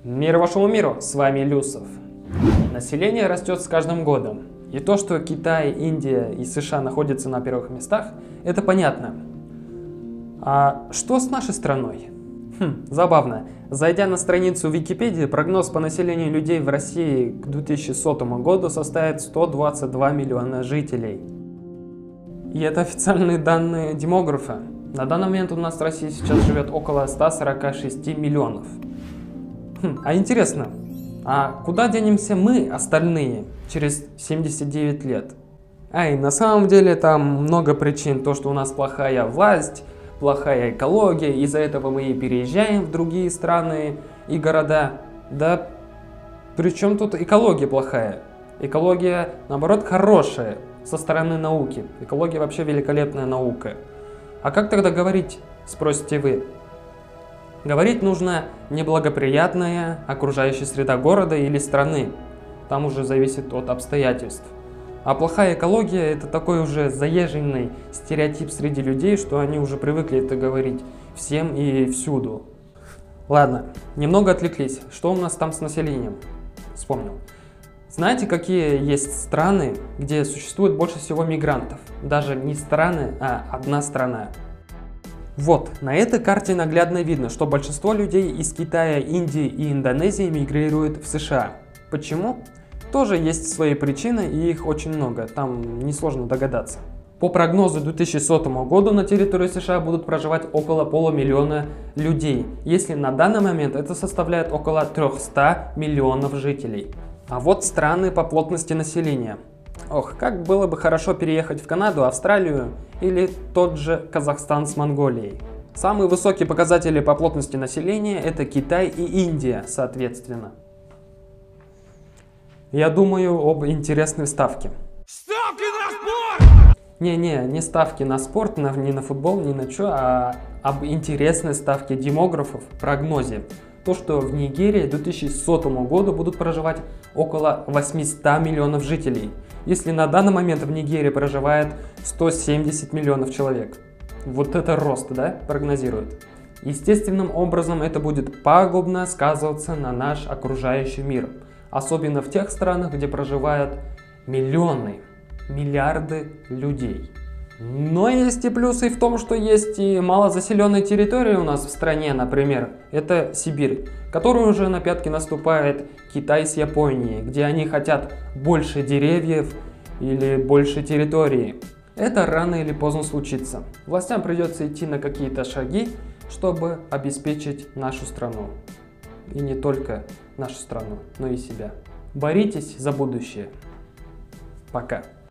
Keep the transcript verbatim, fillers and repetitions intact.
Мир вашему миру, с вами Люсов. Население растет с каждым годом. И то, что Китай, Индия и США находятся на первых местах, это понятно. А что с нашей страной? Хм, забавно. Зайдя на страницу Википедии, прогноз по населению людей в России к две тысячи сотому году составит сто двадцать два миллиона жителей. И это официальные данные демографа. На данный момент у нас в России сейчас живет около ста сорока шести миллионов. Хм, а интересно, а куда денемся мы, остальные, через семьдесят девять лет? Ай, на самом деле там много причин. То, что у нас плохая власть, плохая экология, из-за этого мы и переезжаем в другие страны и города. Да при чем тут экология плохая? Экология, наоборот, хорошая со стороны науки. Экология вообще великолепная наука. А как тогда говорить, спросите вы? Говорить нужно неблагоприятная окружающая среда города или страны. Там уже зависит от обстоятельств. А плохая экология — это такой уже заезженный стереотип среди людей, что они уже привыкли это говорить всем и всюду. Ладно, немного отвлеклись. Что у нас там с населением? Вспомнил. Знаете, какие есть страны, где существует больше всего мигрантов? Даже не страны, а одна страна. Вот, на этой карте наглядно видно, что большинство людей из Китая, Индии и Индонезии мигрируют в США. Почему? Тоже есть свои причины, и их очень много, там несложно догадаться. По прогнозу к две тысячи сотому году на территории США будут проживать около полумиллиона людей, если на данный момент это составляет около трёхсот миллионов жителей. А вот страны по плотности населения. Ох, как было бы хорошо переехать в Канаду, Австралию или тот же Казахстан с Монголией. Самые высокие показатели по плотности населения — это Китай и Индия, соответственно. Я думаю об интересной ставке. Ставки на спорт! Не-не, не ставки на спорт, на, не на футбол, ни на что, а об интересной ставке демографов, прогнозе. То, что в Нигерии к две тысячи сотому году будут проживать около восьмисот миллионов жителей, если на данный момент в Нигерии проживает сто семьдесят миллионов человек. Вот это рост, да, прогнозируют. Естественным образом это будет пагубно сказываться на наш окружающий мир, особенно в тех странах, где проживают миллионы, миллиарды людей. Но есть и плюсы в том, что есть и малозаселенные территории у нас в стране, например, это Сибирь, которая уже на пятки наступает Китай с Японией, где они хотят больше деревьев или больше территории. Это рано или поздно случится. Властям придется идти на какие-то шаги, чтобы обеспечить нашу страну. И не только нашу страну, но и себя. Боритесь за будущее. Пока.